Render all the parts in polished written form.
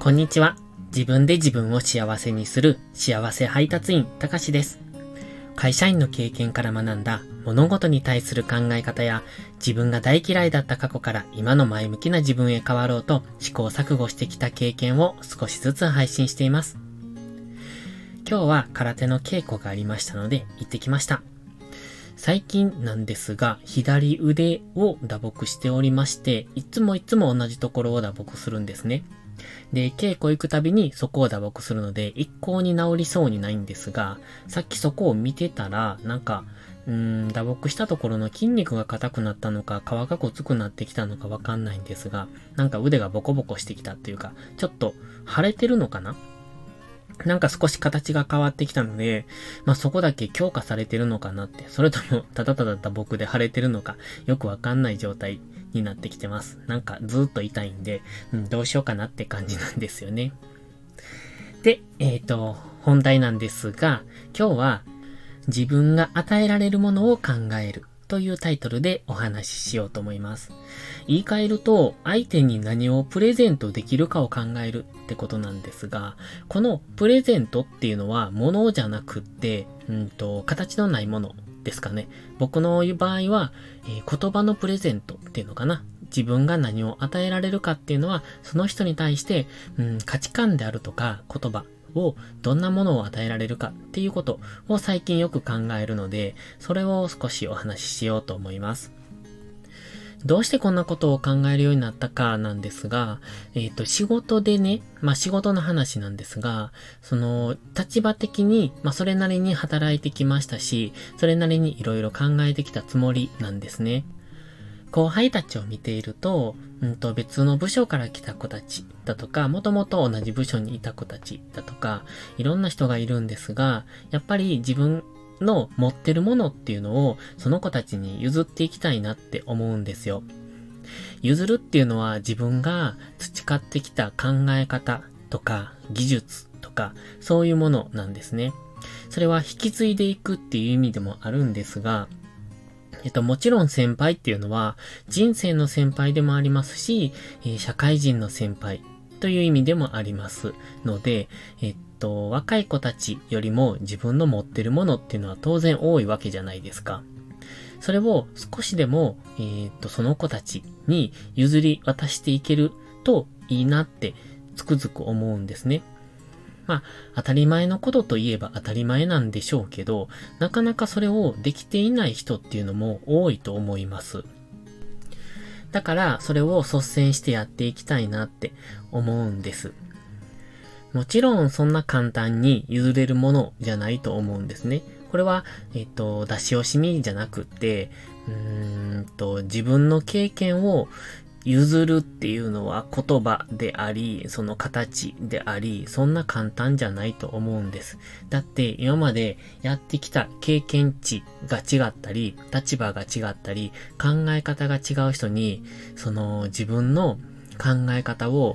こんにちは。自分で自分を幸せにする幸せ配達員たかしです。会社員の経験から学んだ物事に対する考え方や、自分が大嫌いだった過去から今の前向きな自分へ変わろうと試行錯誤してきた経験を少しずつ配信しています。今日は空手の稽古がありましたので行ってきました。最近なんですが、左腕を打撲しておりまして、いつも同じところを打撲するんですね。で、稽古行くたびにそこを打撲するので、一向に治りそうにないんですが、さっきそこを見てたら、打撲したところの筋肉が硬くなったのか、皮がごつくなってきたのかわかんないんですが、腕がボコボコしてきたっていうか、ちょっと腫れてるのかな？少し形が変わってきたので、そこだけ強化されてるのかなって、それともただただ打撲で腫れてるのか、よくわかんない状態になってきてます。ずーっと痛いんで、どうしようかなって感じなんですよね。で、本題なんですが、今日は自分が与えられるものを考えるというタイトルでお話ししようと思います。言い換えると、相手に何をプレゼントできるかを考えるってことなんですが、このプレゼントっていうのは物じゃなくって、形のないものですかね。僕の場合は、言葉のプレゼントっていうのかな。自分が何を与えられるかっていうのは、その人に対して、価値観であるとか言葉をどんなものを与えられるかっていうことを最近よく考えるので、それを少しお話ししようと思います。どうしてこんなことを考えるようになったかなんですが、仕事でね、仕事の話なんですが、立場的に、それなりに働いてきましたし、それなりにいろいろ考えてきたつもりなんですね。後輩たちを見ていると、別の部署から来た子たちだとか、もともと同じ部署にいた子たちだとか、いろんな人がいるんですが、やっぱり自分の持ってるものっていうのをその子たちに譲っていきたいなって思うんですよ。譲るっていうのは自分が培ってきた考え方とか技術とかそういうものなんですね。それは引き継いでいくっていう意味でもあるんですが、もちろん先輩っていうのは人生の先輩でもありますし、社会人の先輩という意味でもありますので、若い子たちよりも自分の持ってるものっていうのは当然多いわけじゃないですか。それを少しでも、その子たちに譲り渡していけるといいなってつくづく思うんですね。当たり前のことといえば当たり前なんでしょうけど、なかなかそれをできていない人っていうのも多いと思います。だからそれを率先してやっていきたいなって思うんです。もちろんそんな簡単に譲れるものじゃないと思うんですね。これは、出し惜しみじゃなくって、自分の経験を譲るっていうのは言葉であり、その形であり、そんな簡単じゃないと思うんです。だって今までやってきた経験値が違ったり、立場が違ったり、考え方が違う人に、自分の考え方を、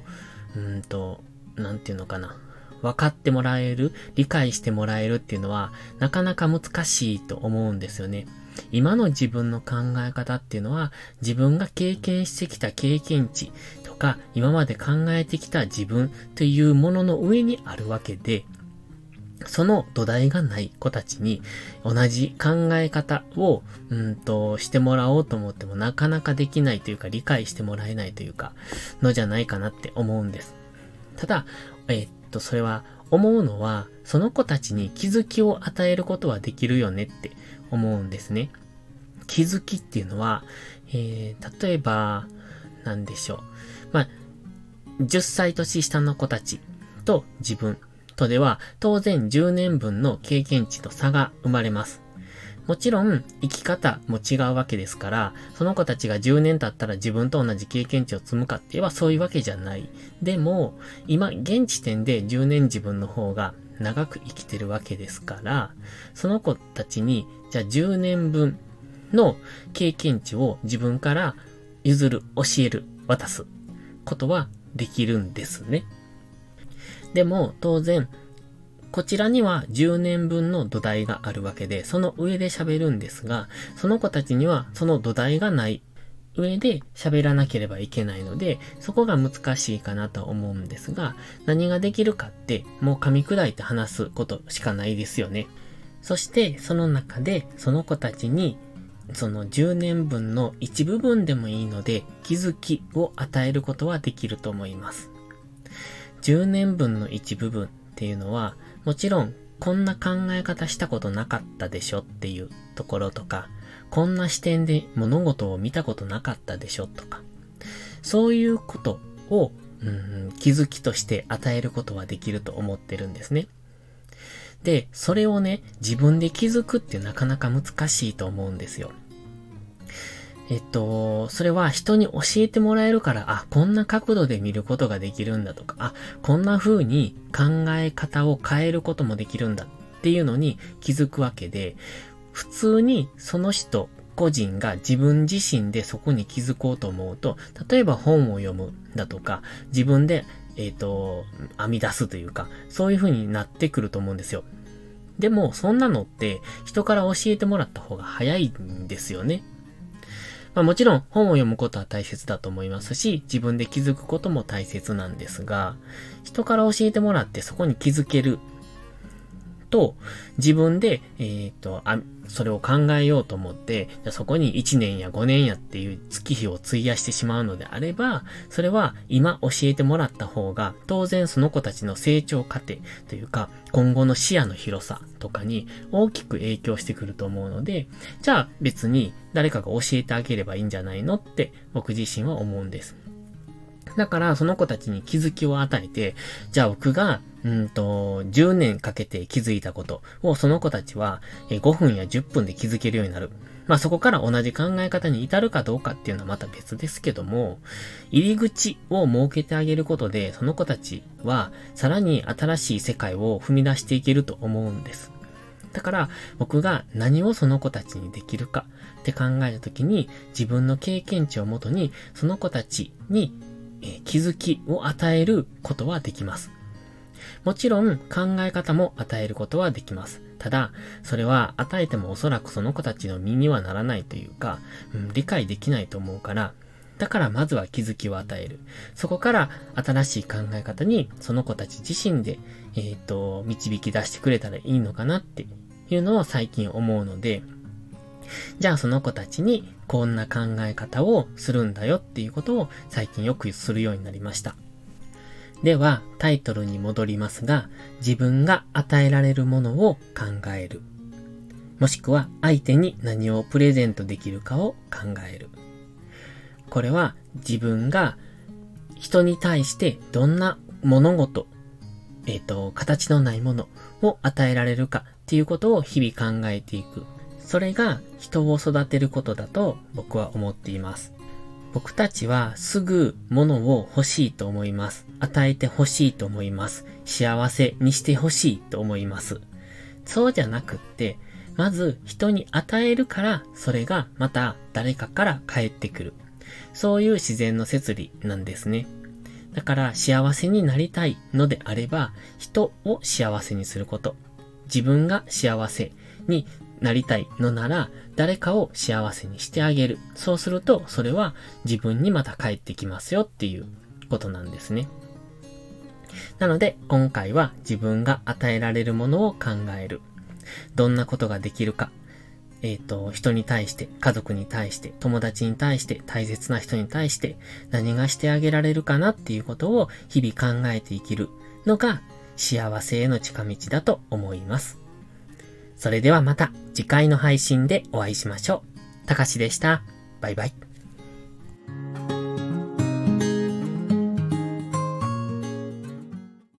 分かってもらえる、理解してもらえるっていうのは、なかなか難しいと思うんですよね。今の自分の考え方っていうのは、自分が経験してきた経験値とか、今まで考えてきた自分というものの上にあるわけで、その土台がない子たちに同じ考え方をしてもらおうと思ってもなかなかできないというか、理解してもらえないというかのじゃないかなって思うんです。ただ、それは思うのは、その子たちに気づきを与えることはできるよねって思うんですね。気づきっていうのは、例えば、なんでしょう。10歳年下の子たちと自分とでは、当然10年分の経験値と差が生まれます。もちろん、生き方も違うわけですから、その子たちが10年経ったら自分と同じ経験値を積むかって言えばそういうわけじゃない。でも、今、現時点で10年自分の方が長く生きてるわけですから、その子たちに、じゃあ10年分の経験値を自分から譲る、教える、渡すことはできるんですね。でも、当然、こちらには10年分の土台があるわけで、その上で喋るんですが、その子たちにはその土台がない上で喋らなければいけないので、そこが難しいかなと思うんですが、何ができるかってもう噛み砕いて話すことしかないですよね。そしてその中でその子たちにその10年分の一部分でもいいので気づきを与えることはできると思います。10年分の一部分っていうのはもちろんこんな考え方したことなかったでしょっていうところとか、こんな視点で物事を見たことなかったでしょとか、そういうことを気づきとして与えることはできると思ってるんですね。で、それをね、自分で気づくってなかなか難しいと思うんですよ。それは人に教えてもらえるから、こんな角度で見ることができるんだとか、こんな風に考え方を変えることもできるんだっていうのに気づくわけで、普通にその人個人が自分自身でそこに気づこうと思うと、例えば本を読むだとか、自分で、編み出すというか、そういう風になってくると思うんですよ。でも、そんなのって人から教えてもらった方が早いんですよね。もちろん本を読むことは大切だと思いますし、自分で気づくことも大切なんですが、人から教えてもらってそこに気づけると、自分で、それを考えようと思って、そこに1年や5年やっていう月日を費やしてしまうのであれば、それは今教えてもらった方が、当然その子たちの成長過程というか、今後の視野の広さとかに大きく影響してくると思うので、じゃあ別に誰かが教えてあげればいいんじゃないのって僕自身は思うんです。だからその子たちに気づきを与えて、じゃあ僕が10年かけて気づいたことをその子たちは5分や10分で気づけるようになる。そこから同じ考え方に至るかどうかっていうのはまた別ですけども、入り口を設けてあげることでその子たちはさらに新しい世界を踏み出していけると思うんです。だから僕が何をその子たちにできるかって考えたときに、自分の経験値をもとにその子たちに気づきを与えることはできます。もちろん考え方も与えることはできます。ただ、それは与えてもおそらくその子たちの身にはならないというか、理解できないと思うから、だからまずは気づきを与える。そこから新しい考え方にその子たち自身で、導き出してくれたらいいのかなっていうのを最近思うので、じゃあその子たちにこんな考え方をするんだよっていうことを最近よくするようになりました。ではタイトルに戻りますが、自分が与えられるものを考える。もしくは相手に何をプレゼントできるかを考える。これは自分が人に対してどんな物事、形のないものを与えられるかっていうことを日々考えていく。それが人を育てることだと僕は思っています。僕たちはすぐ物を欲しいと思います。与えて欲しいと思います。幸せにして欲しいと思います。そうじゃなくって、まず人に与えるからそれがまた誰かから返ってくる。そういう自然の摂理なんですね。だから幸せになりたいのであれば、人を幸せにすること。自分が幸せになりたいのなら、誰かを幸せにしてあげる。そうすると、それは自分にまた返ってきますよっていうことなんですね。なので、今回は自分が与えられるものを考える。どんなことができるか。人に対して、家族に対して、友達に対して、大切な人に対して、何がしてあげられるかなっていうことを日々考えて生きるのが幸せへの近道だと思います。それではまた次回の配信でお会いしましょう。たかしでした。バイバイ。